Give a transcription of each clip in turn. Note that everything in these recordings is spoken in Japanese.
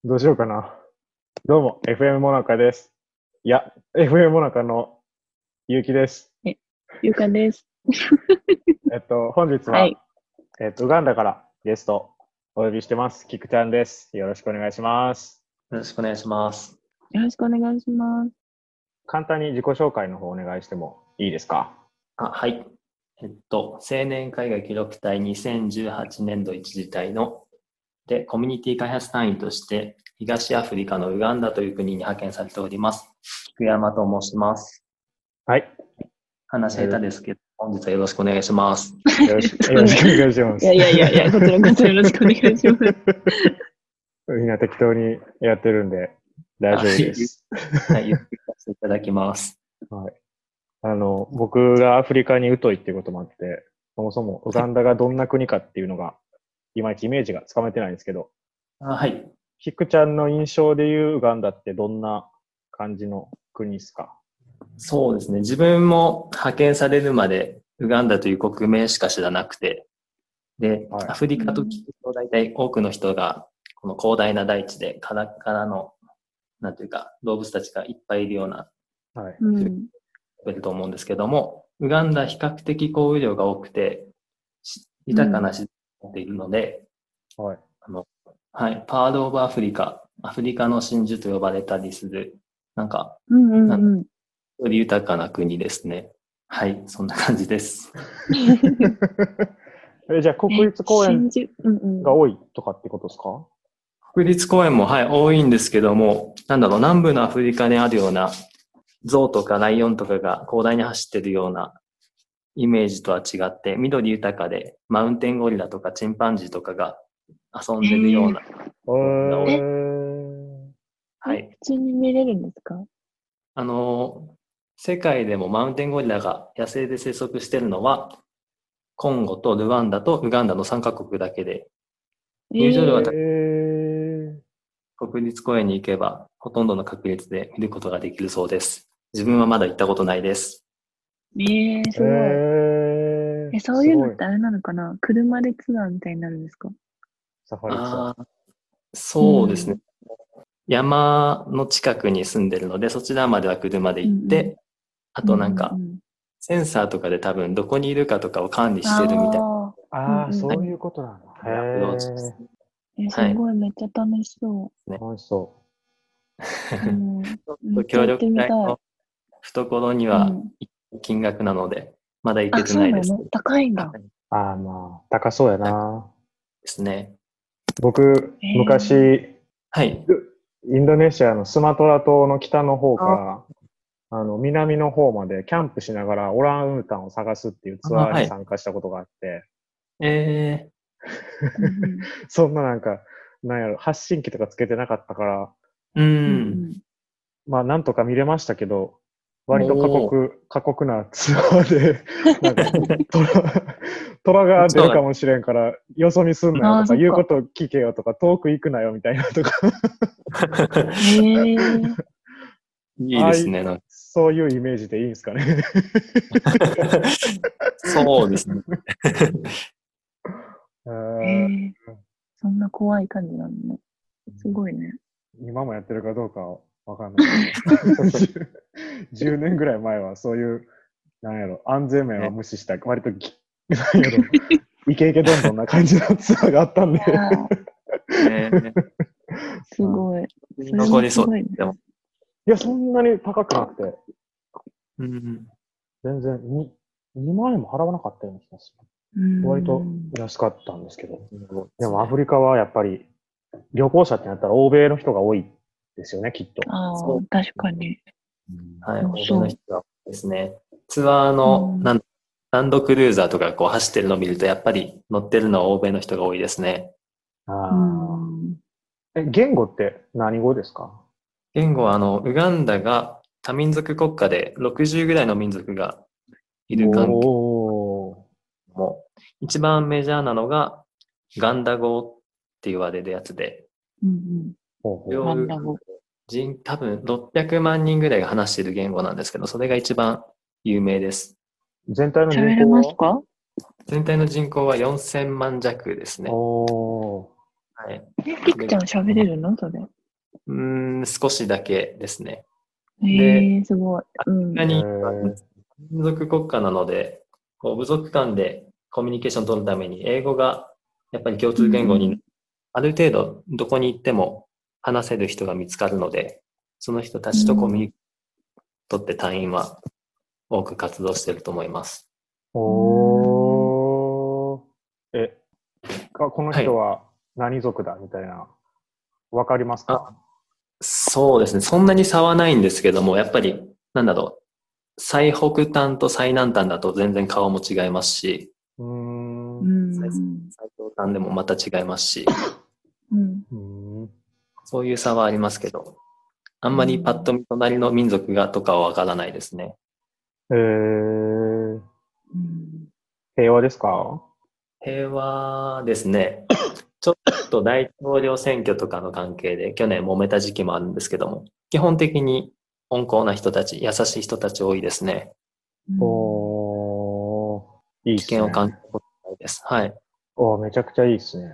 どうしようかな。どうも、FM モナカです。いや、FM モナカのゆうきです。 ゆかです。 本日は、 はい。 ウガンダからゲストお呼びしてます。キクちゃんです。よろしくお願いします。 よろしくお願いします。 よろしくお願いします。 簡単に自己紹介の方お願いしてもいいですか？ はい。青年海外記録隊2018年度一次隊のでコミュニティ開発隊員として東アフリカのウガンダという国に派遣されております。菊山と申します。 はい。 話下手ですけど、本日はよろしくお願いします。 よろしくお願いします。 いや、こちらこそよろしくお願いします。 みんな適当にやってるんで大丈夫です。 はい、ゆっくりさせていただきます。 はい。僕がアフリカに疎いっていうこともあって、そもそもウガンダがどんな国かっていうのが、いまいちイメージがつかめてないんですけど、 はい。 キクちゃんの印象でいうウガンダってどんな感じの国ですか？ そうですね。自分も派遣されるまでウガンダという国名しか知らなくて、で、 はい、 アフリカと聞くと大体多くの人がこの広大な大地でカラッカラのなんていうか動物たちがいっぱいいるような、 はい、 いると思うんですけども、ウガンダ比較的降雨量が多くて豊かな自然を持っているので、 はい、 はい、パールオブアフリカ、アフリカの真珠と呼ばれたりする、なんかより豊かな国ですね。はい、そんな感じです。 じゃあ国立公園が多いとかってことですか？ 国立公園も、はい、多いんですけども、南部のアフリカにあるような象とかライオンとかが広大に走ってるようなイメージとは違って、緑豊かで、マウンテンゴリラとかチンパンジーとかが遊んでるような。 はい。普通に見れるんですか？ 世界でもマウンテンゴリラが野生で生息してるのは、コンゴとルワンダとウガンダの3カ国だけで、入場料は国立公園に行けば、ほとんどの確率で見ることができるそうです。自分はまだ行ったことないです。 すごい。そういうのってあれなのかな？車でツアーみたいになるんですか？ サファリツアー。 そうですね。山の近くに住んでるので、そちらまでは車で行って、あとセンサーとかで多分どこにいるかとかを管理してるみたいな。 ああ、そういうことなんだ。 すごい、めっちゃ楽しそう。 楽しそう。 協力隊の懐には金額なので、まだ行けてないです。 高いんだ。 まあ、高そうやな。 ですね。 僕、昔、 はい。 インドネシアのスマトラ島の北の方から南の方までキャンプしながらオランウータンを探すっていうツアーに参加したことがあって、そんな発信機とかつけてなかったから、まあなんとか見れましたけど、割と過酷なツアーで、虎が出るかもしれんから、よそ見すんなよとか、言うこと聞けよとか、遠く行くなよみたいなとか。 いいですね。 そういうイメージでいいんですかね。 そうですね。 そんな怖い感じなのね。すごいね。 今もやってるかどうかわかんないけど。10年ぐらい前はそういう、安全面は無視した、割とイケイケどんどんな感じのツアーがあったんで。 すごい。 残りそう。 いや、そんなに高くなくて。全然2万円も払わなかったような気がする。割と安かったんですけど。でもアフリカはやっぱり旅行者ってなったら欧米の人が多いですよね、きっと。 確かに。 はい、欧米の人が多いですね。ツアーのランドクルーザーとかこう走ってるのを見ると、やっぱり乗ってるのは欧米の人が多いですね。 言語って何語ですか？ 言語はウガンダが多民族国家で60ぐらいの民族がいる関係も、一番メジャーなのがガンダ語って言われるやつで、 ガンダ語。 多分600万人ぐらいが話している言語なんですけど、それが一番有名です。 全体の人口は？ 全体の人口は4000万弱ですね。 はい。 ピクちゃん喋れるのそれ。 少しだけですね。 すごい。 アメリカに民族国家なので、こう部族間でコミュニケーションを取るために、英語がやっぱり共通言語に、ある程度どこに行っても話せる人が見つかるので、その人たちとコミュニケーションを取って隊員は多く活動していると思います。 この人は何族だみたいな、わかりますか？ そうですね。そんなに差はないんですけども、やっぱり、最北端と最南端だと全然顔も違いますし、最東端でもまた違いますし、そういう差はありますけど、あんまりパッと見隣の民族がとかはわからないですね。 平和ですか？ 平和ですね。ちょっと大統領選挙とかの関係で去年揉めた時期もあるんですけども、基本的に温厚な人たち、優しい人たち多いですね。 いいっすね。 危険を感じたことないです。はい。 めちゃくちゃいいっすね。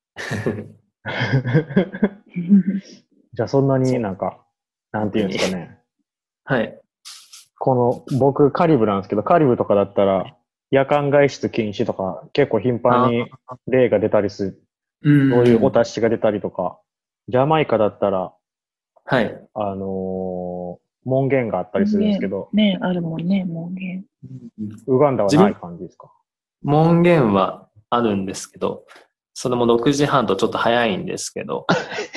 じゃあそんなになんていうんですかね。 はい。 僕カリブなんですけど、カリブとかだったら夜間外出禁止とか結構頻繁に例が出たりする。そういうお達しが出たりとか、ジャマイカだったら、 はい。 門限があったりするんですけど。 ね、あるもんね、門限。 ウガンダはない感じですか？ 門限はあるんですけど、それも6時半とちょっと早いんですけど。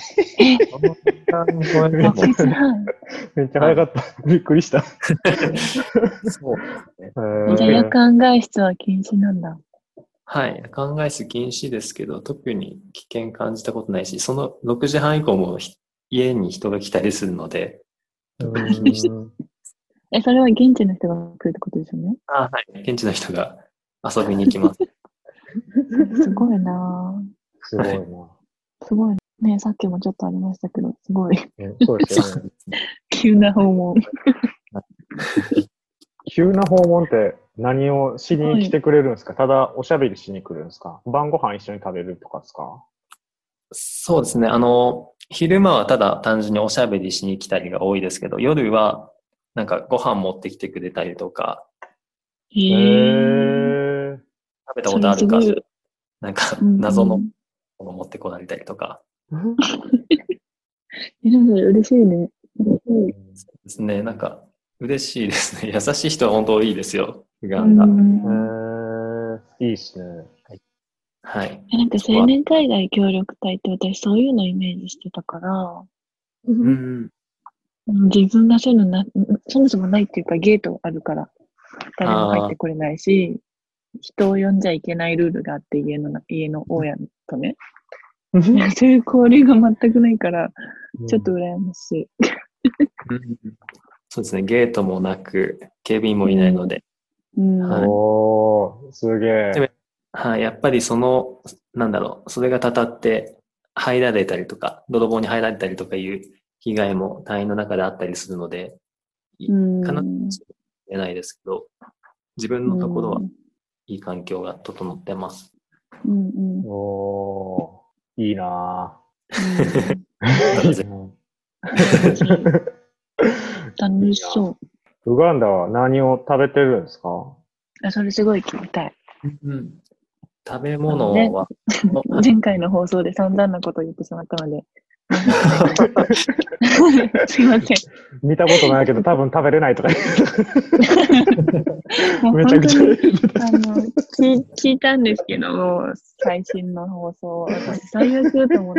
6時半めっちゃ早かった。びっくりした。 そうですね。じゃあ夜間外出は禁止なんだ。 はい。夜間外出禁止ですけど、特に危険感じたことないし、その6時半以降も家に人が来たりするので、特にそれは現地の人が来るってことですよね？ はい。現地の人が遊びに行きます。 すごいなぁ。 すごいな。 すごいね。さっきもちょっとありましたけど、すごい。 そうですよね。 急な訪問。 急な訪問って何をしに来てくれるんですか？ただおしゃべりしに来るんですか？晩ご飯一緒に食べるとかですか？ そうですね。昼間はただ単純におしゃべりしに来たりが多いですけど、夜はご飯持ってきてくれたりとか、食べたことあるか、謎のもの持ってこられたりとか。 でも嬉しいね。 そうですね。嬉しいですね。優しい人は本当いいですよ。ウガンダ。 いいですね。 はい。 青年海外協力隊って私そういうのをイメージしてたから、自分がそういうのそもそもないっていうかゲートあるから誰も入ってこれないし、人を呼んじゃいけないルールがあって家の大家とね。そういう交流が全くないから、ちょっと羨ましい。 そうですね。ゲートもなく、警備員もいないので。 すげえ。 はい。やっぱりそれがたたって入られたりとか、泥棒に入られたりとかいう被害も隊員の中であったりするので、必ず言えないですけど、自分のところはいい環境が整ってます。 いいな楽しそう。 ウガンダは何を食べてるんですか？ それすごい聞きたい。 食べ物は、 前回の放送で散々なことを言ってしまったので。すいません。 見たことないけど多分食べれないとか。 めちゃくちゃ聞いたんですけども、最新の放送、私最悪と思って、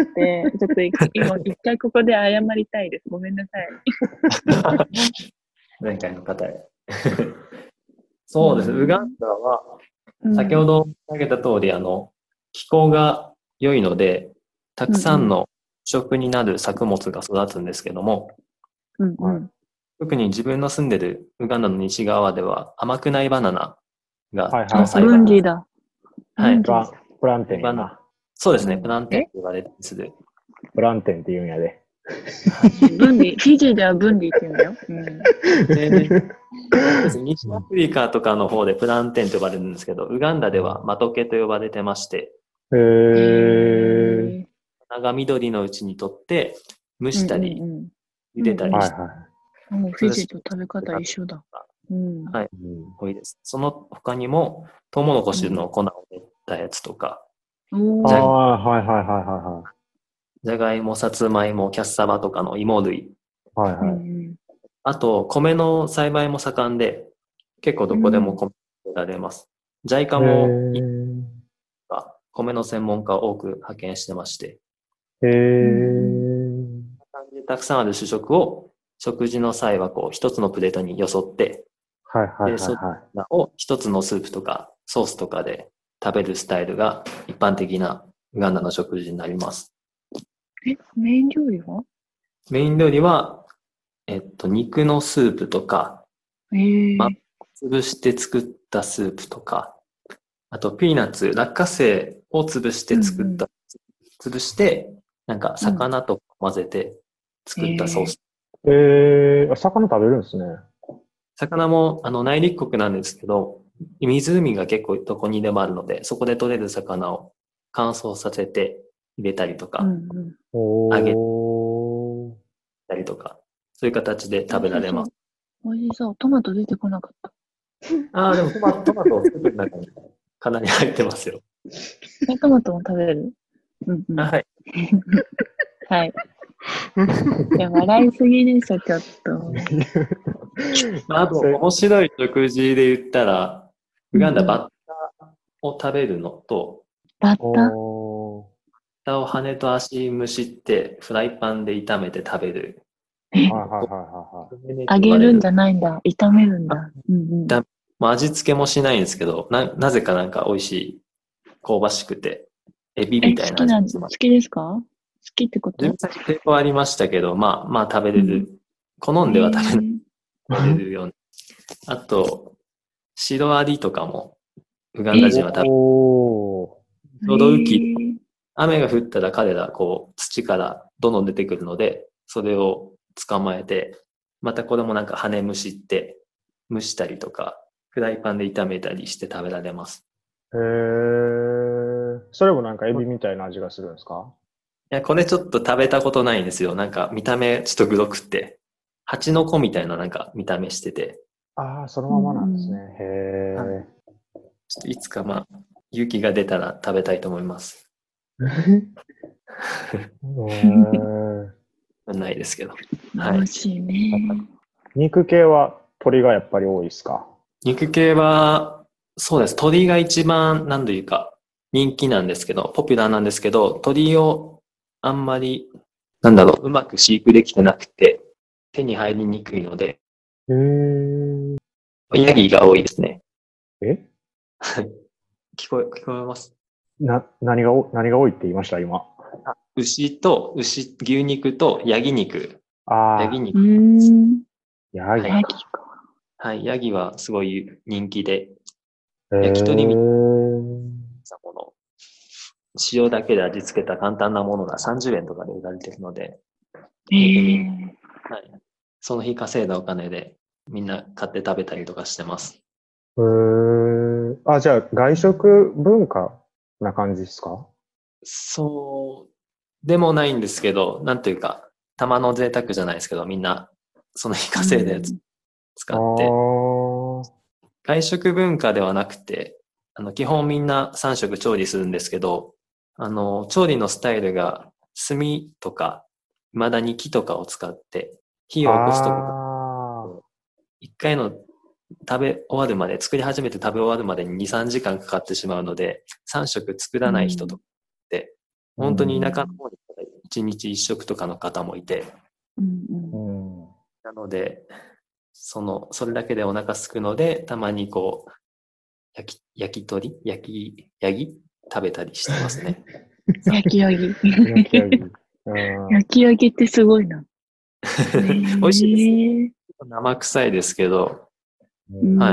ちょっと今一回ここで謝りたいです。ごめんなさい。 前回の方へ。そうです。ウガンダは、先ほど挙げた通り、気候が良いので、たくさんの食になる作物が育つんですけども、特に自分の住んでるウガンダの西側では甘くないバナナが栽培。ブンディだ。 はい。 プランテンやな。 そうですね。プランテンと言われたりする。 プランテンって言うんやで。 ブンディ、フィジーではブンディって言うんだよ。 西アフリカとかの方でプランテンと呼ばれるんですけど、ウガンダではマトケと呼ばれてまして、 長緑のうちに取って、蒸したり、茹でたりして。 もうフィジーと食べ方一緒だ。 はい。多いです。その他にも、トウモロコシの粉を練ったやつとか、じゃがいも、さつまいも、キャッサバとかの芋類。あと、米の栽培も盛んで、結構どこでも米がられます。ジャイカも、米の専門家を多く派遣してまして。たくさんある主食を、食事の際はこう、一つのプレートによそって、それを一つのスープとかソースとかで食べるスタイルが一般的なウガンダの食事になります。 メイン料理は？ メイン料理は、肉のスープとか、潰して作ったスープとか、あとピーナッツ、落花生を潰して作った、潰して、なんか魚と混ぜて作ったソース。 魚食べるんですね。 魚も内陸国なんですけど、湖が結構どこにでもあるので、そこで取れる魚を乾燥させて入れたりとか、揚げたりとか、そういう形で食べられます。 おいしそう。トマト出てこなかった。 でもトマトスープの中にかなり入ってますよ。 トマトも食べる？ はい。 はい。いや、笑いすぎでしょ、ちょっと。 あと、面白い食事で言ったら、ウガンダバッタを食べるのと、 バッタ？ バッタを羽と足蒸して、フライパンで炒めて食べる。 揚げるんじゃないんだ。炒めるんだ。 味付けもしないんですけど、なぜかなんか美味しい、香ばしくて、エビみたいな味。 好きですか？好きってこと？ 自分抵抗ありましたけど、まあ食べれる。好んでは食べれるように。あと、シロアリとかも、ウガンダ人は食べる。ちょうど雨季、雨が降ったら彼ら、こう、土からどんどん出てくるので、それを捕まえて、またこれもなんか羽蒸しって、蒸したりとか、フライパンで炒めたりして食べられます。 それもなんかエビみたいな味がするんですか？ いや、これちょっと食べたことないんですよ。なんか見た目ちょっとグロくって。蜂の子みたいななんか見た目してて。 そのままなんですね。 ちょっといつか勇気が出たら食べたいと思います。ないですけど。 美味しいね。 肉系は鶏がやっぱり多いですか？ 肉系は、そうです。鶏が一番、なんというか、人気なんですけど、ポピュラーなんですけど、鶏をあんまり、うまく飼育できてなくて、手に入りにくいので、ヤギが多いですね。聞こえます？ 何が多いって言いました今。 牛肉とヤギ肉。ヤギ肉。 ヤギか。 はい、ヤギはすごい人気で、焼き鳥みたいなもの、塩だけで味付けた簡単なものが30円とかで売られているので、その日稼いだお金でみんな買って食べたりとかしてます。 じゃあ外食文化な感じですか？ そうでもないんですけど、なんというか、たまの贅沢じゃないですけど、みんなその日稼いだやつ使って、外食文化ではなくて、基本みんな3食調理するんですけど、調理のスタイルが炭とか、未だに木とかを使って火を起こすとこ一回の作り始めて食べ終わるまでに2、3時間かかってしまうので、3食作らない人とかって、本当に田舎の方に1日1食とかの方もいて、なので、それだけでお腹すくので、たまにこう、ヤギ食べたりしてますね。 焼きヤギ。焼きヤギってすごいな。 美味しいです。生臭いですけど、はい。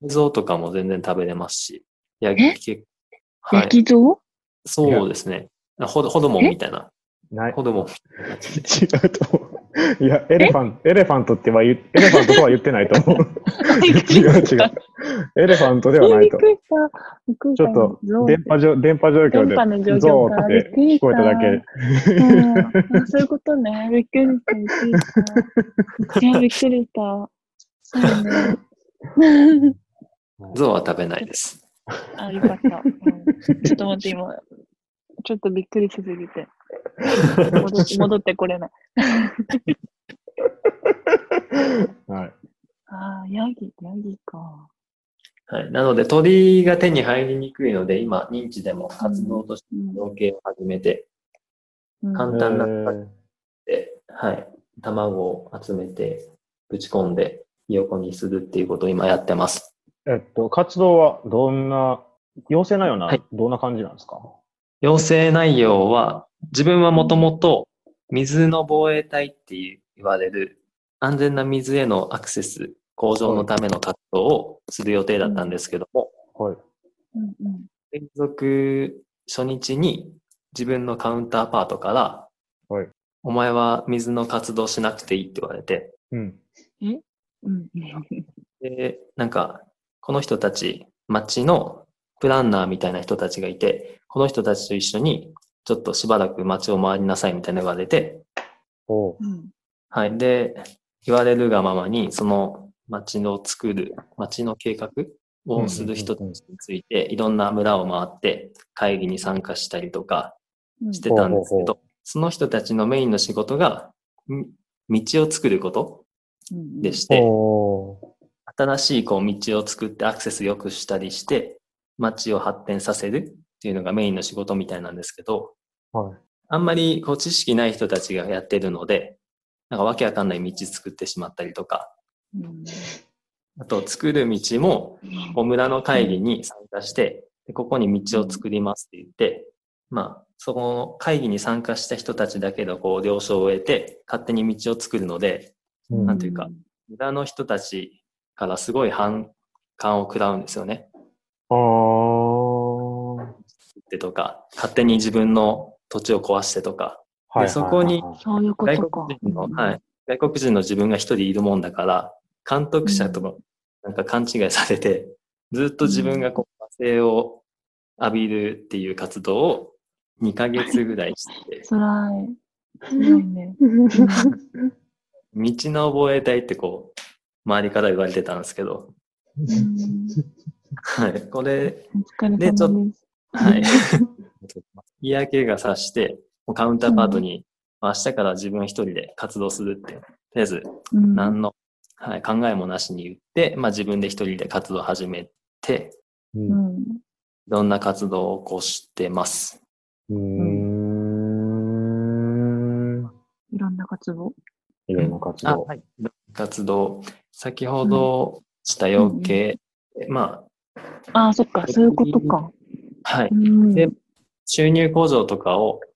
ゾウとかも全然食べれますし。 焼きゾウ？ そうですね。ホドモンみたいな。 ホドモン。 違うと思う。 いや、エレファントとは言ってないと思う。違う違う。エレファントではないと。 びっくりした。びっくりした。 ちょっと電波状況で電波の状況か。 ゾーって聞こえただけ。 そういうことね。びっくりした。びっくりした。いや、びっくりした。そうね。 象は食べないです。 あ、よかった。ちょっと待って、今、ちょっとびっくりしすぎて。戻ってこれない。 はい。 ああ、ヤギか。 はい。なので鳥が手に入りにくいので、今、認知でも活動として養鶏を始めて、簡単なで、はい。卵を集めて、ぶち込んで、ひよこにするっていうことを今やってます。 活動は要請内容はどんな感じなんですか？ 要請内容は、自分はもともと水の防衛隊って言われる安全な水へのアクセス向上のための活動をする予定だったんですけども、連続初日に自分のカウンターパートから、お前は水の活動しなくていいって言われて、で、なんか、この人たち、町のプランナーみたいな人たちがいて、この人たちと一緒に、ちょっとしばらく町を回りなさいみたいな言われて、はい。で、言われるがままに、その町の計画をする人たちについて、いろんな村を回って会議に参加したりとかしてたんですけど、その人たちのメインの仕事が、道を作ることでして、新しい道を作ってアクセス良くしたりして、街を発展させるっていうのがメインの仕事みたいなんですけど、あんまり知識ない人たちがやってるので、なんかわけわかんない道作ってしまったりとか、あと作る道も村の会議に参加して、ここに道を作りますって言って、その会議に参加した人たちだけの了承を得て、勝手に道を作るので、なんていうか、村の人たちからすごい反感を食らうんですよね。とか、勝手に自分の土地を壊してとか。で、そこに外国人の自分が一人いるもんだから、監督者となんか勘違いされて、ずっと自分が罵声を浴びるっていう活動を2ヶ月ぐらいして。 辛いね。 道の防衛隊って周りから言われてたんですけど。はい。これでちょっと、はい。嫌気がさして、カウンターパートに、明日から自分一人で活動するって、とりあえず、何の、考えもなしに言って、自分で一人で活動を始めて、いろんな活動を起こしてます。 いろんな活動活動。先ほどした養鶏、 そっか、そういうことか。 はい。で、収入向上とかを、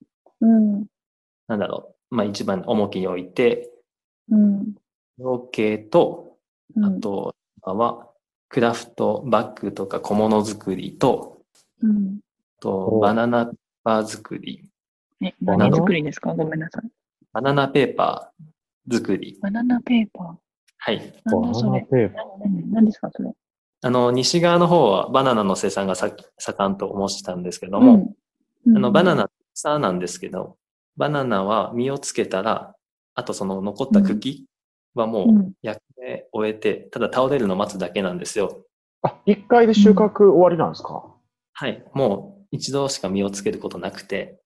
一番重きに置いて、養鶏と、あとは、クラフトバッグとか小物作りと、バナナペーパー作り。 何作りですか？ごめんなさい。 バナナペーパー作り。 バナナペーパー。 はい。 なんだそれ。何ですかそれ。 西側の方はバナナの生産が盛んと申してたんですけども、バナナ草なんですけど、バナナは実をつけたら、あとその残った茎はもう焼き目終えて、ただ倒れるのを待つだけなんですよ。 一回で収穫終わりなんですか？ はい。もう一度しか実をつけることなくて。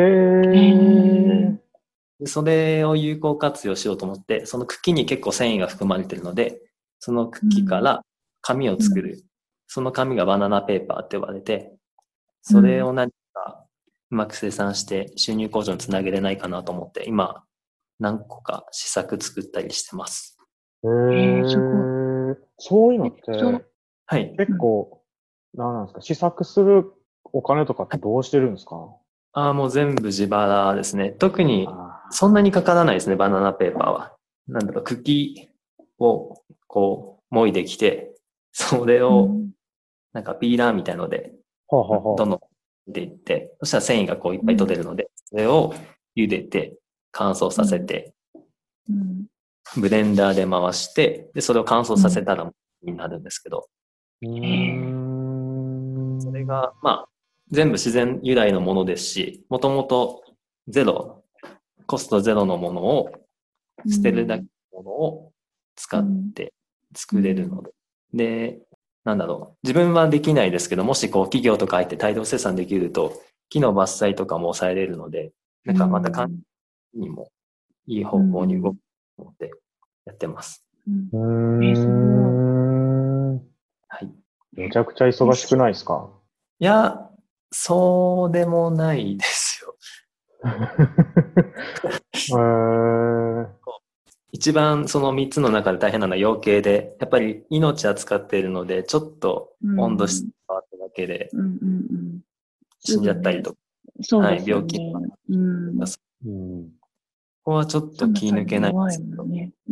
それを有効活用しようと思って、その茎に結構繊維が含まれているので、その茎から紙を作る。その紙がバナナペーパーって呼ばれて、それを何かうまく生産して収入向上につなげれないかなと思って、今何個か試作作ったりしてます。 そういうのって、結構、何なんですか、試作するお金とかってどうしてるんですか？ もう全部自腹ですね。特にそんなにかからないですね、バナナペーパーは。茎をもいできて、それをピーラーみたいので、どんどんでいって、そしたら繊維がいっぱい取れるので、それを茹でて乾燥させて、 ブレンダーで回して、で、それを乾燥させたらになるんですけど、それが、まあ、全部自然由来のものですし、もともとコストゼロのものを、捨てるだけのものを使って作れるので、で、なんだろう、自分はできないですけど、もしこう企業とか入って大量生産できると、木の伐採とかも抑えれるので、なんかまた環境にもいい方向に動くと思ってやってます。 はい。めちゃくちゃ忙しくないですか？ いや、そうでもないですよ。一番その3つの中で大変なのは養鶏で、やっぱり命扱っているので、ちょっと温度質変わっただけで死んじゃったりとか、はい、病気とか、ここはちょっと気抜けないですけど、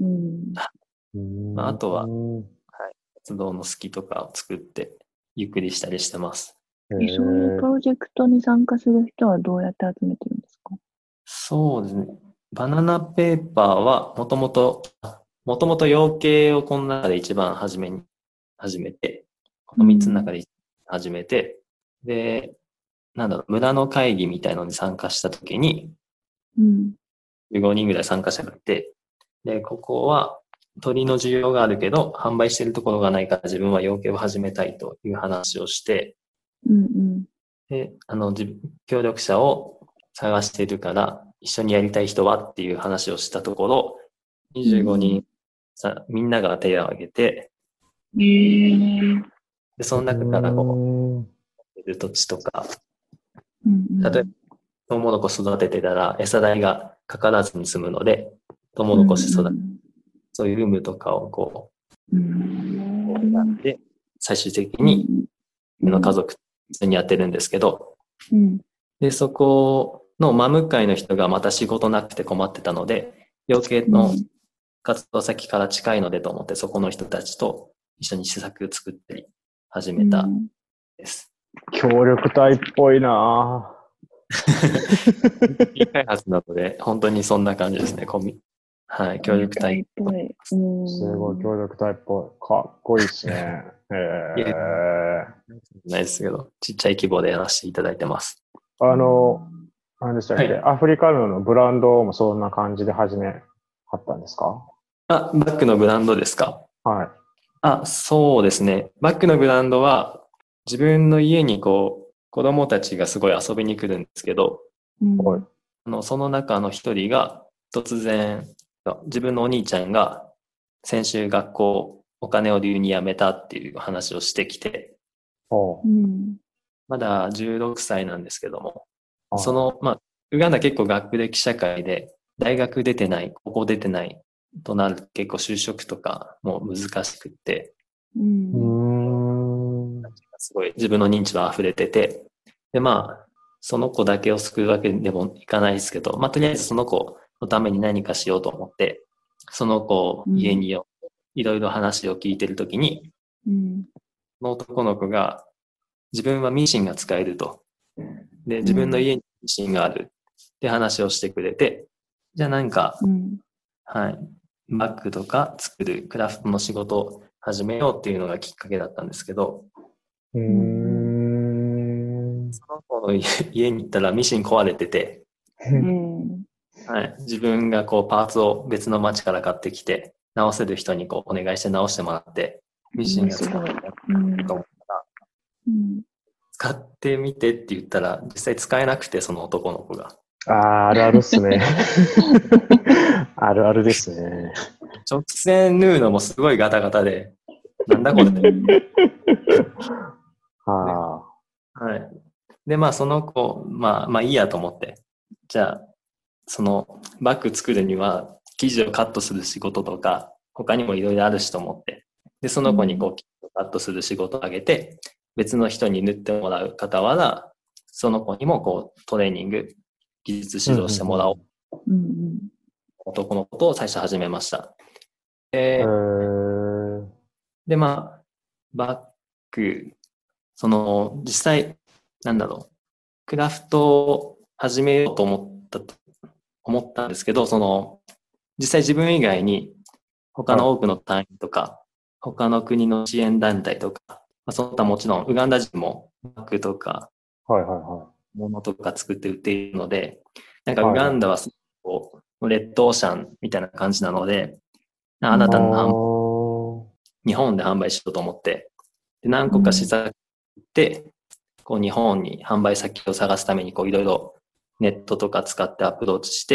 あとは、はい、活動の好きとかを作ってゆっくりしたりしてます。 そういうプロジェクトに参加する人はどうやって集めてるんですか？ そうですね。バナナペーパーはもともと養鶏をこの中で一番初めて、この3つの中で始めて、で、村の会議みたいのに参加したときに、15人ぐらい参加者がいて、で、ここは鳥の需要があるけど、販売してるところがないから自分は養鶏を始めたいという話をして、で、協力者を探しているから、一緒にやりたい人はっていう話をしたところ、25人、みんなが手を挙げて、で、その中からこう、土地とか、例えば、トウモロコシ育ててたら餌代がかからずに済むので、トウモロコシ育て、そういう有無とかをこう、選んで、最終的に、の家族にやってるんですけど、で、そこの真向かいの人がまた仕事なくて困ってたので、養鶏の活動先から近いのでと思って、そこの人たちと一緒に施策を作って始めたです。 協力隊っぽいなぁ。開発なので、本当にそんな感じですね。はい、協力隊っぽい。 すごい協力隊っぽい。かっこいいですね。 ないですけど、ちっちゃい規模でやらせていただいてます。 何でしたっけ、アフリカのブランドもそんな感じで始めはったんですか？ バッグのブランドですか？ はい。 そうですね。バッグのブランドは、自分の家に子供たちがすごい遊びに来るんですけど、その中の一人が突然、自分のお兄ちゃんが先週学校お金を理由に辞めたっていう話をしてきて、まだ16歳なんですけども、ウガンダ結構学歴社会で、大学出てない、高校出てないとなる結構就職とかも難しくって、すごい自分の認知は溢れてて、で、その子だけを救うわけでもいかないですけど、とりあえずその子のために何かしようと思って、その子を家にいろいろ話を聞いてるときに、その男の子が自分はミシンが使えると。で、自分の家にミシンがあるって話をしてくれて、じゃあはい、バッグとか作るクラフトの仕事を始めようっていうのがきっかけだったんですけど、その子の家に行ったらミシン壊れてて、はい、自分がパーツを別の町から買ってきて、直せる人にお願いして直してもらって、ミシンが使えると思ったら、使ってみてって言ったら、実際使えなくて、その男の子が。 あるあるっすね。あるあるですね。 直線縫うのもすごいガタガタで、なんだこれ。はい。で、その子、いいやと思って。じゃあ、そのバッグ作るには、生地をカットする仕事とか、他にもいろいろあるしと思って。で、その子に生地をカットする仕事をあげて、別の人に縫ってもらう傍ら、その子にもトレーニング、技術指導してもらおう。男の子と最初始めました。で、バッグ、実際、クラフトを始めようと思ったんですけど、 実際自分以外に他の多くの隊員とか、他の国の支援団体とか、その他もちろんウガンダ人もバッグとか、物とか作って売っているので、なんかウガンダはこうレッドオーシャンみたいな感じなので、あなたの日本で販売しようと思って、で何個か試作で、こう日本に販売先を探すためにこういろいろネットとか使ってアプローチして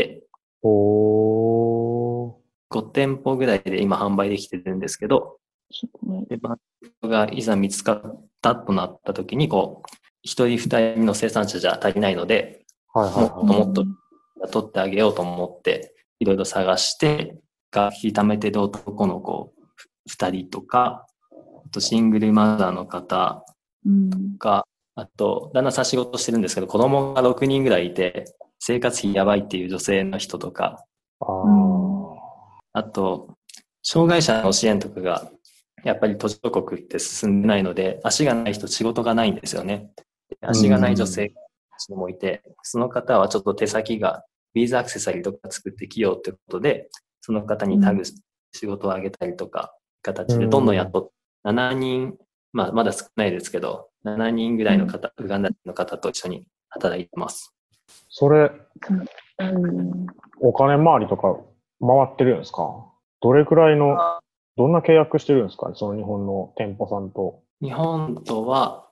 、5店舗ぐらいで今販売できてるんですけど、でがいざ見つかったとなった時に、こう、一人二人の生産者じゃ足りないので、もっともっと雇ってあげようと思って、いろいろ探して、学費貯めてる男の子二人とか、あとシングルマザーの方が、あと、旦那さん仕事してるんですけど、子供が6人ぐらいいて、生活費やばいっていう女性の人とか、あと、障害者の支援とかが、やっぱり途上国って進んでないので、足がない人仕事がないんですよね。足がない女性もいて、その方はちょっと手先がビーズアクセサリーとか作ってきようということで、その方にタグ仕事をあげたりとか、形でどんどんやっと7人、まだ少ないですけど、7人ぐらいの方、ウガンダ人の方と一緒に働いてます。 それ、お金回りとか回ってるんですか？どれくらいの、どんな契約してるんですかね、その日本の店舗さんと。 日本とは、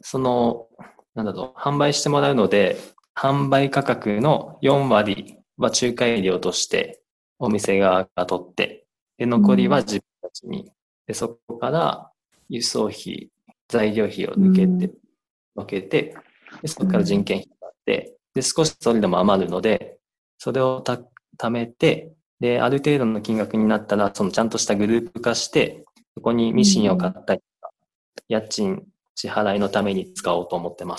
販売してもらうので、販売価格の4割は仲介料としてお店側が取って、で、残りは自分たちに。で、そこから輸送費、材料費を抜けて、で、そこから人件費があって、で、少しそれでも余るので、それを貯めて、で、ある程度の金額になったら、そのちゃんとしたグループ化して、そこにミシンを買ったりとか、家賃支払いのために使おうと思ってます。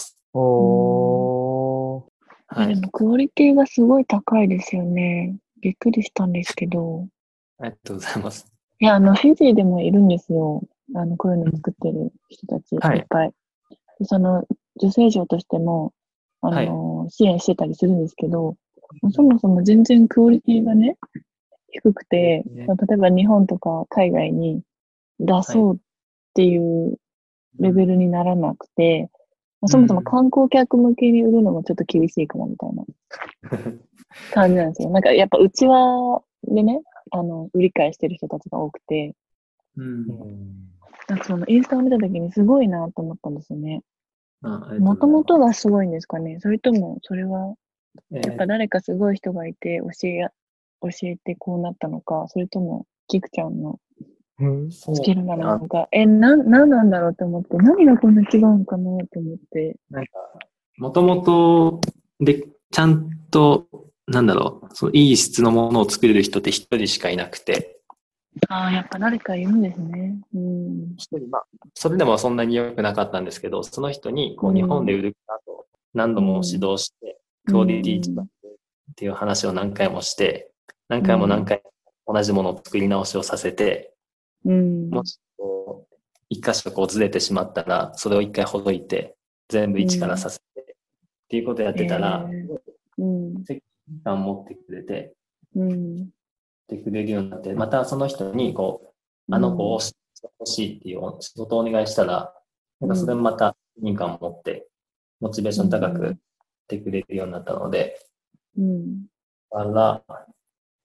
はい。でもクオリティがすごい高いですよね。びっくりしたんですけど。 ありがとうございます。 いや、フィジーでもいるんですよ。こういうの作ってる人たち、いっぱい。でその、女性賞としても、支援してたりするんですけど、そもそも全然クオリティがね、低くて、例えば日本とか海外に出そうっていうレベルにならなくて、そもそも観光客向けに売るのもちょっと厳しいかもみたいな感じなんですよ。なんかやっぱうちわでね、売り買いしてる人たちが多くて、なんかそのインスタを見たときにすごいなと思ったんですよね。もともとがすごいんですかね？それとも、それは、やっぱ誰かすごい人がいて教えてこうなったのか、それとも、キクちゃんのスキルなのか、なんなんだろうと思って、何がこんな違うんかなと思って。 なんか、もともとで、ちゃんと、そのいい質のものを作れる人って一人しかいなくて。 やっぱ誰かいるんですね。 一人、それでもそんなに良くなかったんですけど、その人に、こう、日本で売るかと何度も指導して、クオリティっていう話を何回もして、何回も同じものを作り直しをさせて、もしこう、一箇所こうずれてしまったら、それを一回ほどいて、全部一からさせて、っていうことをやってたら、責任感を持ってくれて、てくれるようになって、またその人にこう、あの子をしてほしいっていう仕事をお願いしたら、なんかそれもまた責任感を持って、モチベーション高くしてくれるようになったので、だから、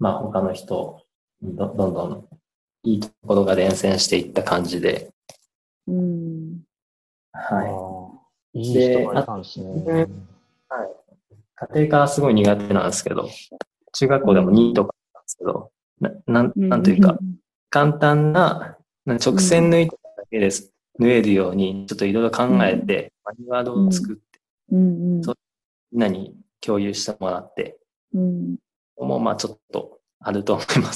他の人にどんどんいいところが連戦していった感じで。 はい。いい人がいたんですね。 家庭科はすごい苦手なんですけど、中学校でも2とかなんですけど、なんというか、簡単な直線縫いとかだけです縫えるように、ちょっといろいろ考えて、マニュアルを作って、みんなに共有してもらって、もうちょっとあると思います。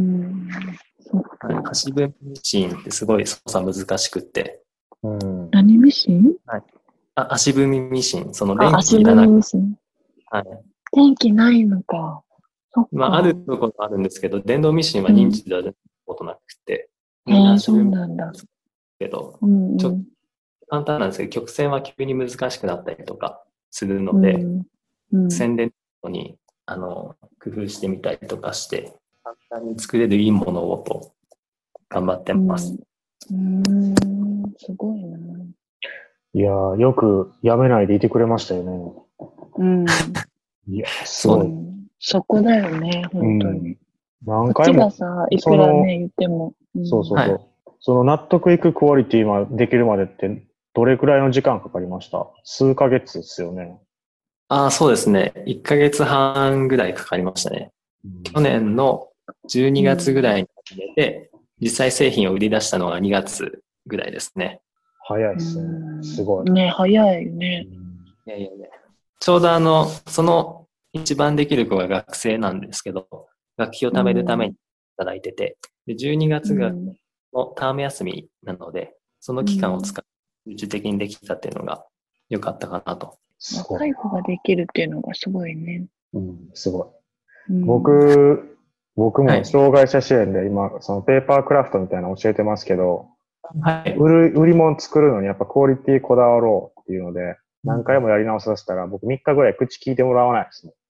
足踏みミシンってすごい操作難しくって。 何ミシン？ 足踏みミシン。その電気いらない。足踏みミシン。電気ないのか。 あるところもあるんですけど、電動ミシンは認知では出たことなくて。 そうなんだ。 けど、簡単なんですけど、曲線は急に難しくなったりとかするので、宣伝に工夫してみたりとかして、 作れるいいものをと頑張ってます。 すごいな。 いやー、よくやめないでいてくれましたよね。いや、すごい。 そこだよね、本当に。 何回も。 こっちがさ、いくらね、言っても。 そうそうそう。その納得いくクオリティができるまでって、どれくらいの時間かかりました？数ヶ月ですよね。 そうですね。1ヶ月半ぐらいかかりましたね。去年の12月ぐらいに始めて、実際製品を売り出したのが2月ぐらいですね。 早いですね。すごい。 ね、早いね。 いやいやね。ちょうどその一番できる子が学生なんですけど、学費を貯めるために働いてて、で12月がのターム休みなので、その期間を使って集中的にできたっていうのが良かったかなと。 若い子ができるっていうのがすごいね。 すごい。僕も障害者支援で今、そのペーパークラフトみたいなの教えてますけど、売り物作るのにやっぱクオリティこだわろうっていうので、何回もやり直させたら僕3日ぐらい口聞いてもらわないですね。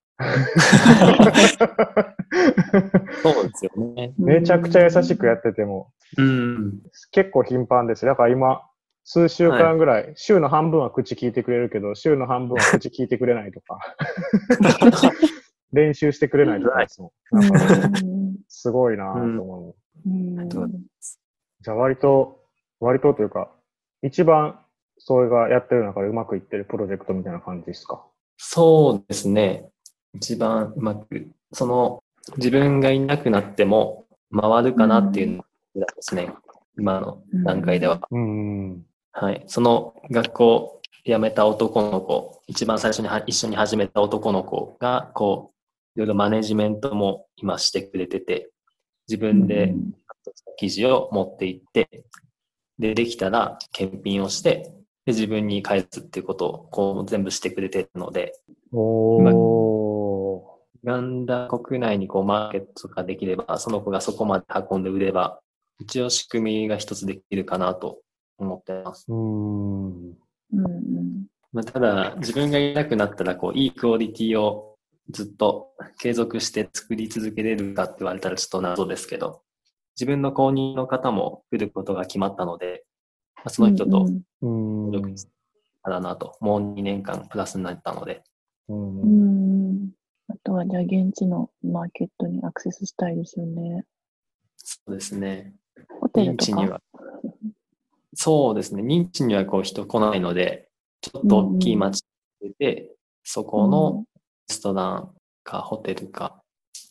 そうですよね。 めちゃくちゃ優しくやってても、結構頻繁です。だから今、数週間ぐらい、週の半分は口聞いてくれるけど、週の半分は口聞いてくれないとか、練習してくれないとかですもん。なんかすごいなぁと思う。じゃあ割とというか、一番それがやってる中でうまくいってるプロジェクトみたいな感じですか？ そうですね。一番うまく、自分がいなくなっても回るかなっていうのがですね、今の段階では。はい。その学校辞めた男の子、一番最初に一緒に始めた男の子が、いろいろマネジメントも今してくれてて、自分で記事を持って行って、できたら検品をして、で自分に返すっていうことを全部してくれてるので、ウガンダ国内にマーケットができれば、その子がそこまで運んで売れば、一応仕組みが一つできるかなと思ってます。ただ、自分がいなくなったら、いいクオリティをずっと継続して作り続けれるかって言われたらちょっと謎ですけど、自分の購入の方も来ることが決まったので、その人と努力したらなと、もう2年間プラスになったので。 あとはじゃあ現地のマーケットにアクセスしたいですよね。 そうですね。 ホテルとかそうですね。認知には人来ないので、ちょっと大きい街で、そこのレストランかホテルか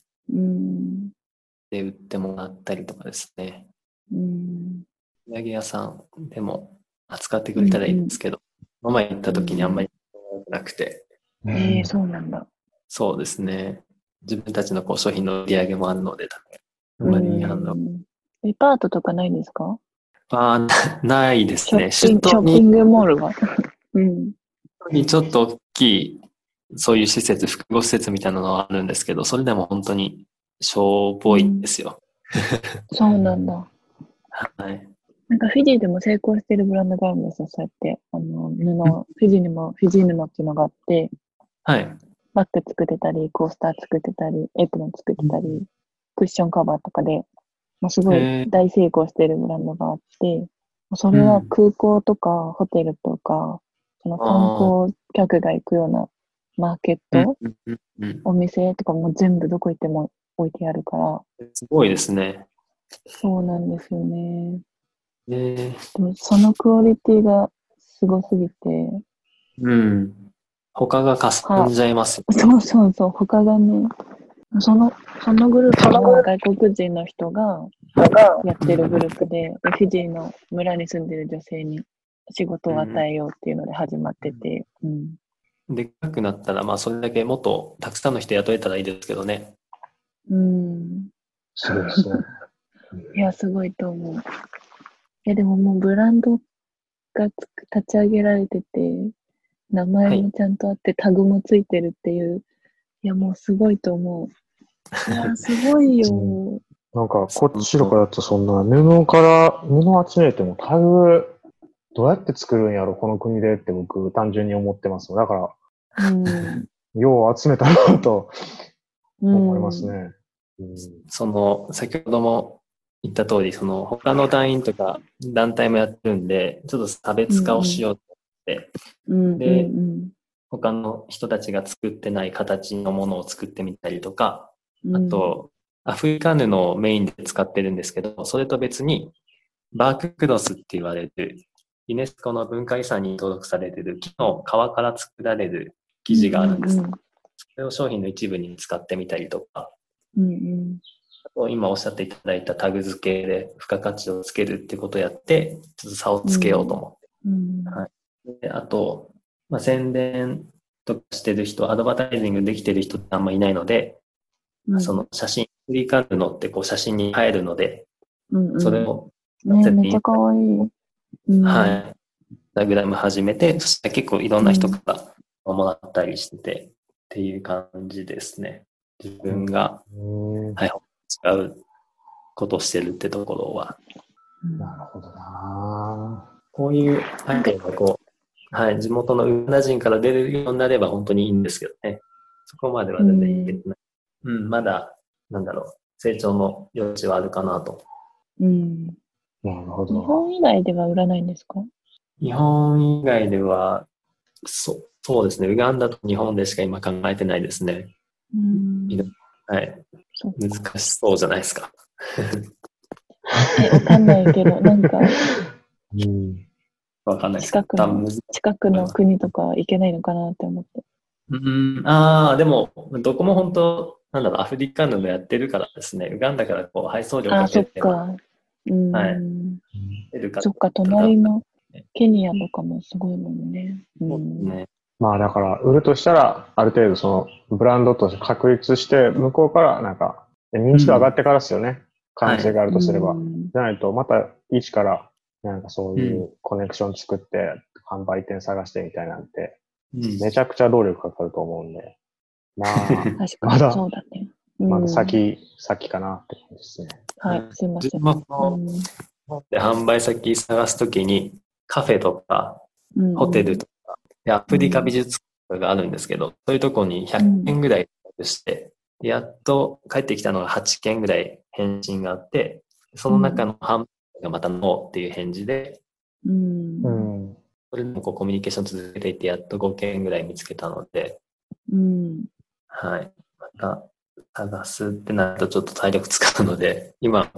で売ってもらったりとかですね。土産屋さんでも扱ってくれたらいいんですけど、ママ行った時にあんまりなくて。 そうなんだ。 そうですね。自分たちの商品の売り上げもあるので、あんまりデパートとかないんですか？ ないですね。 ショッピングモールはちょっと大きい、そういう施設、複合施設みたいなのはあるんですけど、それでも本当に小っぽいんですよ。 そうなんだ。 はい。 なんかフィジーでも成功してるブランドがあるんですよ、そうやって。フィジーにもフィジー布っていうのがあって、 はい。 バッグ作ってたり、コースター作ってたり、エプロン作ってたり、クッションカバーとかで、すごい大成功してるブランドがあって、それは空港とかホテルとか、その観光客が行くようなマーケット、お店とかも全部どこ行っても置いてあるから。 すごいですね。 そうなんですよね。でもそのクオリティがすごすぎて。 他がかすんじゃいます。 そう、他がね。そのグループは外国人の人がやってるグループで、フィジーの村に住んでる女性に仕事を与えようっていうので始まってて。 でかくなったら、それだけもっとたくさんの人雇えたらいいですけどね。 そうですね。 いや、すごいと思う。でももうブランドが立ち上げられてて、名前もちゃんとあって、タグもついてるっていう。いや、もうすごいと思う。いや、すごいよ。 なんか、こっちとかだとそんな布集めてもタグ、どうやって作るんやろ、この国でって僕単純に思ってます。だから、よう集めたなと思いますね。 先ほども言った通り、他の団員とか団体もやってるんで、ちょっと差別化をしようと思って、で、他の人たちが作ってない形のものを作ってみたりとか、あと、アフリカ布をメインで使ってるんですけど、それと別に、バーククロスって言われる、ユネスコの文化遺産に登録されている木の皮から作られる生地があるんです。それを商品の一部に使ってみたりとか、あと今おっしゃっていただいたタグ付けで付加価値をつけるってことをやって、ちょっと差をつけようと思って。であと、宣伝とかしてる人、アドバタイジングできてる人ってあんまいないので、その写真、アフリカのって写真に映えるので、それをめっちゃ可愛い。 はい。インスタグラム始めて、そして結構いろんな人からもらったりしてて、っていう感じですね。自分が、はい、違うことをしてるってところは。 なるほどな。 こういう背景がはい、地元のウガンダ人から出るようになれば本当にいいんですけどね。そこまでは全然いけてない。まだ、成長の余地はあるかなと。 なるほど。 日本以外では売らないんですか？ 日本以外では、そうですね。ウガンダと日本でしか今考えてないですね。はい。難しそうじゃないですか。 わかんないけど、なんか、 わかんないです。 近くの国とか行けないのかなって思って。 でも、どこも本当、アフリカのやってるからですね。ウガンダから配送料かけて。 はい。そっか、隣のケニアとかもすごいもんね。 だから、売るとしたら、ある程度ブランドとして確立して、向こうから認知度上がってからですよね。可能性があるとすれば。じゃないと、また一からそういうコネクション作って、販売店探してみたいなんて、めちゃくちゃ労力かかると思うんで。 確かにそうだね。 まだ先かなって感じですね。 はい、すいません。 で販売先探すときに、カフェとか、ホテルとか、アフリカ美術館があるんですけど、そういうとこに100件ぐらいして、やっと帰ってきたのが8件ぐらい返信があって、その中の半分がまたノーっていう返事で、それでもコミュニケーション続けていって、やっと5件ぐらい見つけたので、はい。また探すってなるとちょっと体力使うので、今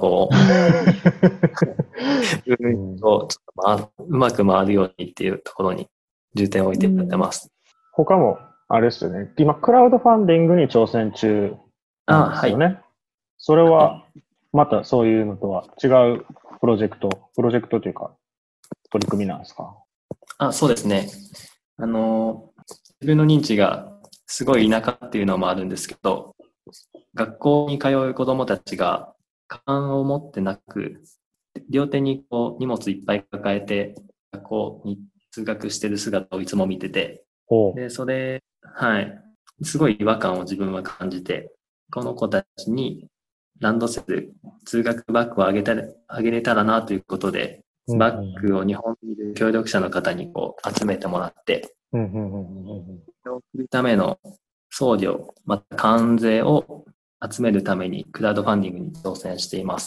うまく回るようにっていうところに重点を置いてやってます。 他も、あれですよね。今、クラウドファンディングに挑戦中なんですよね。それは、またそういうのとは違うプロジェクトというか、取り組みなんですか？ そうですね。自分の認知がすごい田舎っていうのもあるんですけど、学校に通う子どもたちがカバンを持ってなく、両手に荷物いっぱい抱えて学校に通学してる姿をいつも見てて、で、それ、すごい違和感を自分は感じて、この子たちにランドセル、通学バッグをあげれたらなということで、バッグを日本にいる協力者の方に集めてもらって、それを送るための送料、また関税を集めるためにクラウドファンディングに挑戦しています。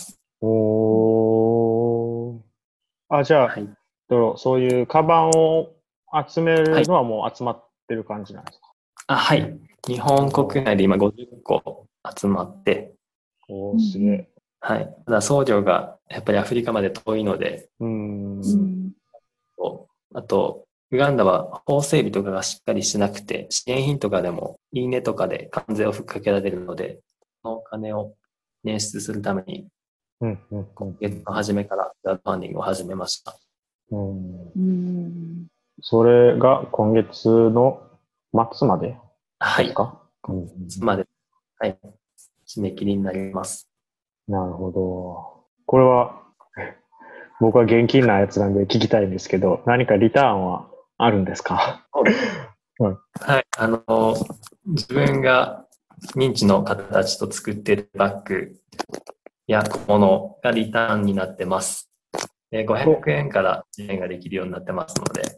じゃあ、そういうカバンを集めるのはもう集まってる感じなんですか？ はい。日本国内で今50個集まって。 すげえ。 はい。ただ送料がやっぱりアフリカまで遠いので、あと、ウガンダは法整備とかがしっかりしてなくて、支援品とかでもいいねとかで関税をふっかけられるので、そのお金を捻出するために、今月の初めからクラウドファンディングを始めました。 それが今月の末までですか？ 末まで、締め切りになります。 なるほど。これは、僕は現金なやつなんで聞きたいんですけど、何かリターンはあるんですか？ はい。自分が認知の方たちと作っているバッグや小物がリターンになってます。500円から支援ができるようになってますので、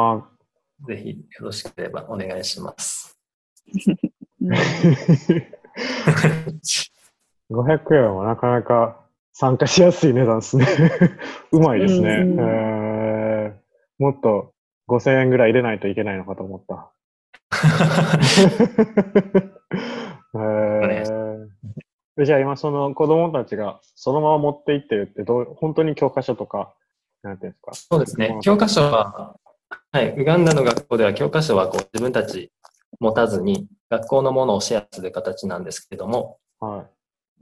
ぜひよろしければお願いします。 500円はなかなか参加しやすい値段ですね。うまいですね。もっと5000円ぐらい入れないといけないのかと思った。じゃあ今その子供たちがそのまま持って行ってるって本当に教科書とか、なんていうんですか？ そうですね。教科書は、はい、ウガンダの学校では教科書はこう自分たち持たずに学校のものをシェアする形なんですけども、 はい、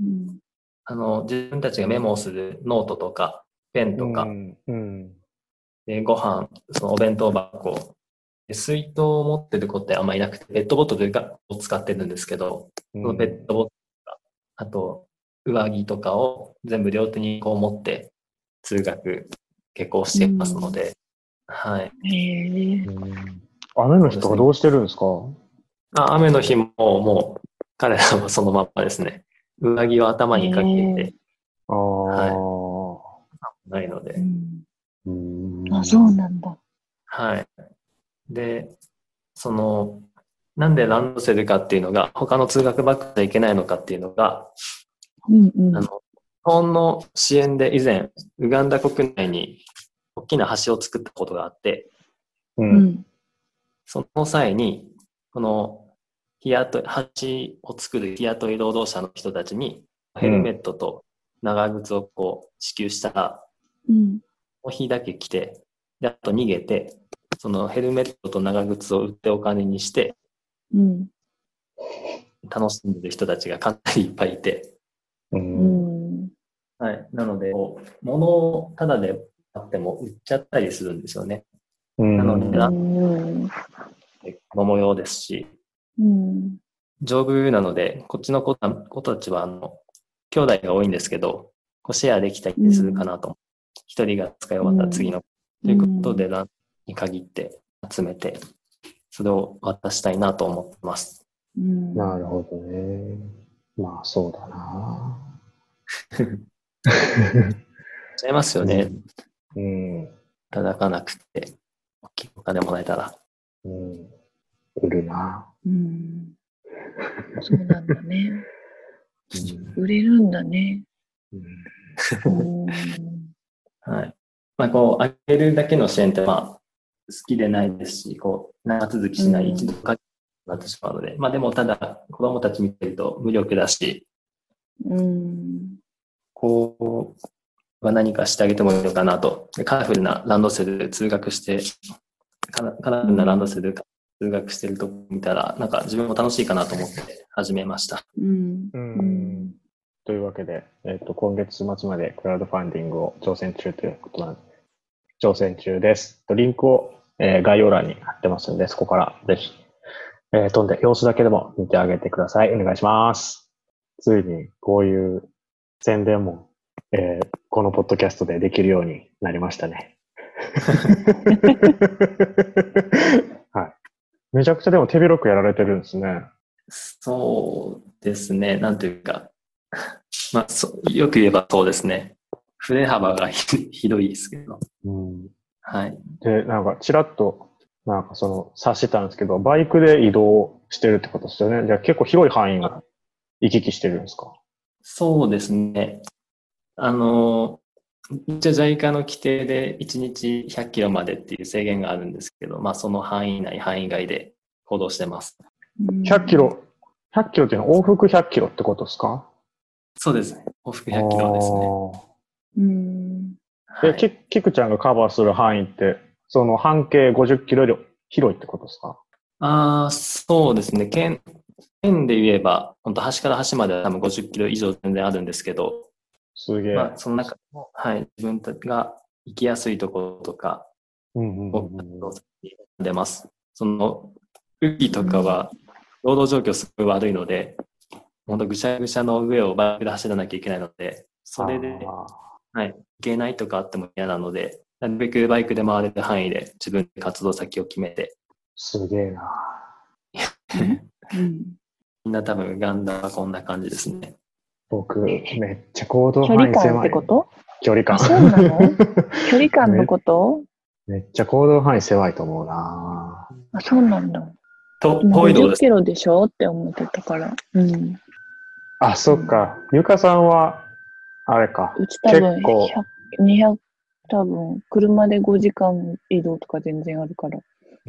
自分たちがメモをするノートとかペンとか、でご飯、そのお弁当箱、水筒を持ってる子ってあんまりいなくて、ペットボトルを使ってるんですけど、そのペットボトルとか、あと上着とかを全部両手にこう持って通学、下校していますので、はい。 雨の日とかどうしてるんですか？ 雨の日ももう彼らはそのままですね。上着を頭にかけて、はい。ないので。 あ、そうなんだ。 はい。で、なんでランドセルかっていうのが、他の通学バッグじゃいけないのかっていうのが、日本の支援で以前、ウガンダ国内に大きな橋を作ったことがあって、その際に、この橋を作る日雇い労働者の人たちにヘルメットと長靴をこう支給したら、その日だけ来て、であと逃げて、そのヘルメットと長靴を売ってお金にして、楽しんでる人たちがかなりいっぱいいて、はい、なので物をタダで買っても売っちゃったりするんですよね。なので子供用ですし、丈夫なのでこっちの子たちは兄弟が多いんですけど、シェアできたりするかなと。一人が使い終わったら次のということでランに限って集めて、それを渡したいなと思ってます。 なるほどね。まあそうだな。 ちゃいますよね。叩かなくて、大きいお金もらえたら。 売るな。 そうなんだね。売れるんだね。 はい。まあこう、あげるだけの支援って好きでないですし、こう、長続きしない、一度かけになってしまうので、まあでもただ、子供たち見てると無力だし、こう、何かしてあげてもいいのかなと。カラフルなランドセルで通学して、カラフルなランドセルで通学してるとこ見たら、なんか自分も楽しいかなと思って始めました。 というわけで、今月末までクラウドファンディングを挑戦中ということなんで、挑戦中です。リンクを、概要欄に貼ってますので、そこからぜひ、飛んで様子だけでも見てあげてください。お願いします。ついにこういう宣伝も、このポッドキャストでできるようになりましたね。はい。めちゃくちゃでも手広くやられてるんですね。 そうですね。なんていうか、よく言えばそうですね。振れ幅がひどいですけど。はい。 で、なんかちらっと、なんか察したんですけど、バイクで移動してるってことですよね。じゃあ結構広い範囲を行き来してるんですか？ そうですね。一応 JICA の規定で1日100キロまでっていう制限があるんですけど、その範囲内、範囲外で行動してます。 100キロっていうのは往復100キロってことですか？ そうですね。往復100キロですね。キクちゃんがカバーする範囲って、その半径50キロより広いってことですか？ そうですね。県で言えば、本当端から端までは多分50キロ以上全然あるんですけど、 すげえ。 その中でも、自分たちが行きやすいところとかを出ます。雨季とかは、労働状況すごい悪いので、本当ぐしゃぐしゃの上をバイクで走らなきゃいけないので、それで、行けないとかあっても嫌なので、なるべくバイクで回れる範囲で自分で活動先を決めて。 すげえな。 みんな多分ウガンダはこんな感じですね。 僕、めっちゃ行動範囲狭い。 距離感ってこと？ 距離感。 そうなの？距離感のことめっちゃ行動範囲狭いと思うな。 そうなんだ。 遠いとこです。 50キロでしょって思ってたから。 あ、そっか。ゆかさんは、あれか。 うち多分結構、 100、200、多分車で5時間移動とか全然あるから。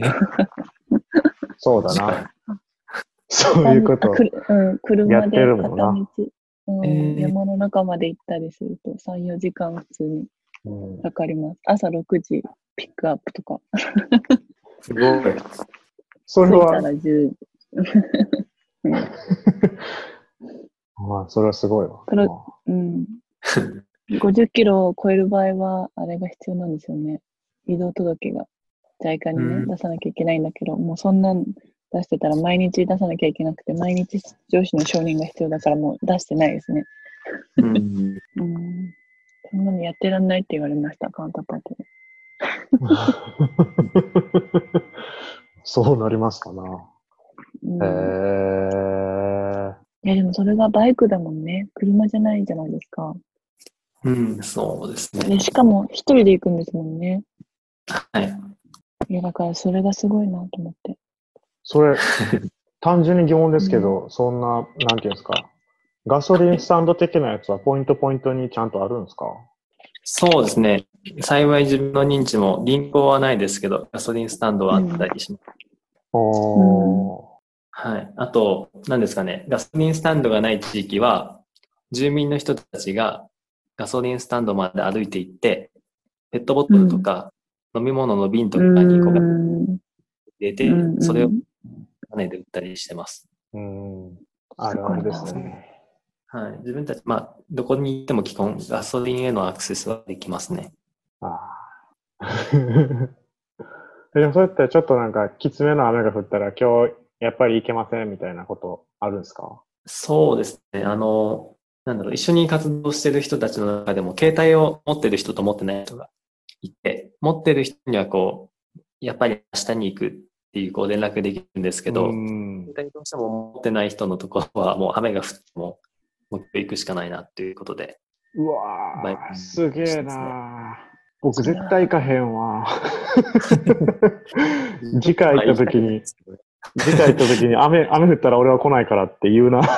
そうだな。そういうことや車ってで片るもんな。 道、山の中まで行ったりすると3、4時間普通にうん、 かかります。朝6時ピックアップとか。 すごい。 それは、 着いたら10時。うんまあ、それはすごいわ。 プロうん、50キロを超える場合は、あれが必要なんですよね。移動届が JICA にね、出さなきゃいけないんだけど、もうそんなん出してたら毎日出さなきゃいけなくて、毎日上司の承認が必要だからもう出してないですね。 うん。 そんなのやってらんないって言われました、カウンターパーティーで。 そうなりますかな。へえ。 いや、でもそれがバイクだもんね。車じゃないじゃないですか。 うん、そうですね。 で、しかも一人で行くんですもんね。 はい。 いや、だからそれがすごいなと思って。 それ、単純に疑問ですけど、そんな、なんていうんですか。ガソリンスタンド的なやつはポイントにちゃんとあるんですか？ そうですね。幸い自分の認知も銀行はないですけど、ガソリンスタンドはあったりします。はい。あと、何ですかね。ガソリンスタンドがない地域は、住民の人たちがガソリンスタンドまで歩いて行って、ペットボトルとか飲み物の瓶とかにこう入れて、それを金で売ったりしてます。 あるあるですね。 はい。自分たち、どこに行っても基本ガソリンへのアクセスはできますね。 ああ。でもそうやってちょっとなんかきつめの雨が降ったら今日やっぱり行けませんみたいなことあるんですか？ そうですね。一緒に活動してる人たちの中でも、携帯を持ってる人と持ってない人がいて、持ってる人にはやっぱり明日に行くっていう連絡できるんですけど、携帯どうしても持ってない人のところはもう雨が降っても、もう行くしかないなっていうことで。 うわー、すげえなー。僕絶対行かへんわ。次回行った時に雨降ったら俺は来ないからって言うな。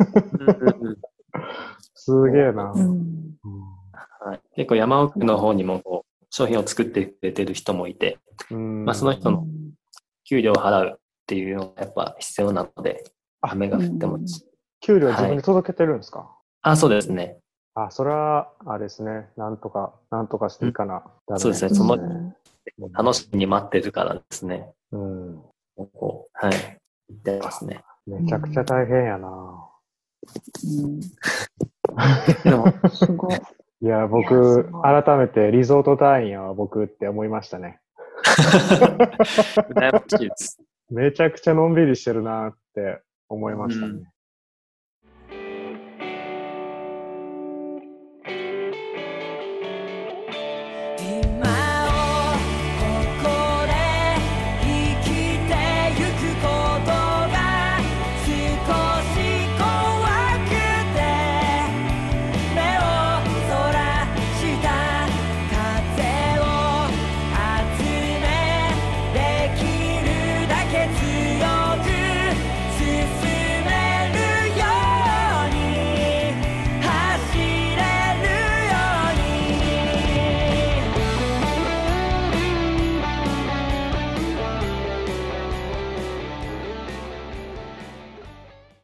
すげえな。 結構山奥の方にも商品を作ってくれてる人もいて、その人の給料を払うっていうのがやっぱ必要なので、雨が降っても。 給料自分で届けてるんですか？ そうですね。 それは、あれですね。なんとかしていかな。 そうですね。その、楽しみに待ってるからですね。はい。言ってますね。 めちゃくちゃ大変やな。 でも、 すごい。 いや、僕、改めてリゾート隊員やわ、僕って思いましたね。 羨ましいです。 めちゃくちゃのんびりしてるなって思いましたね。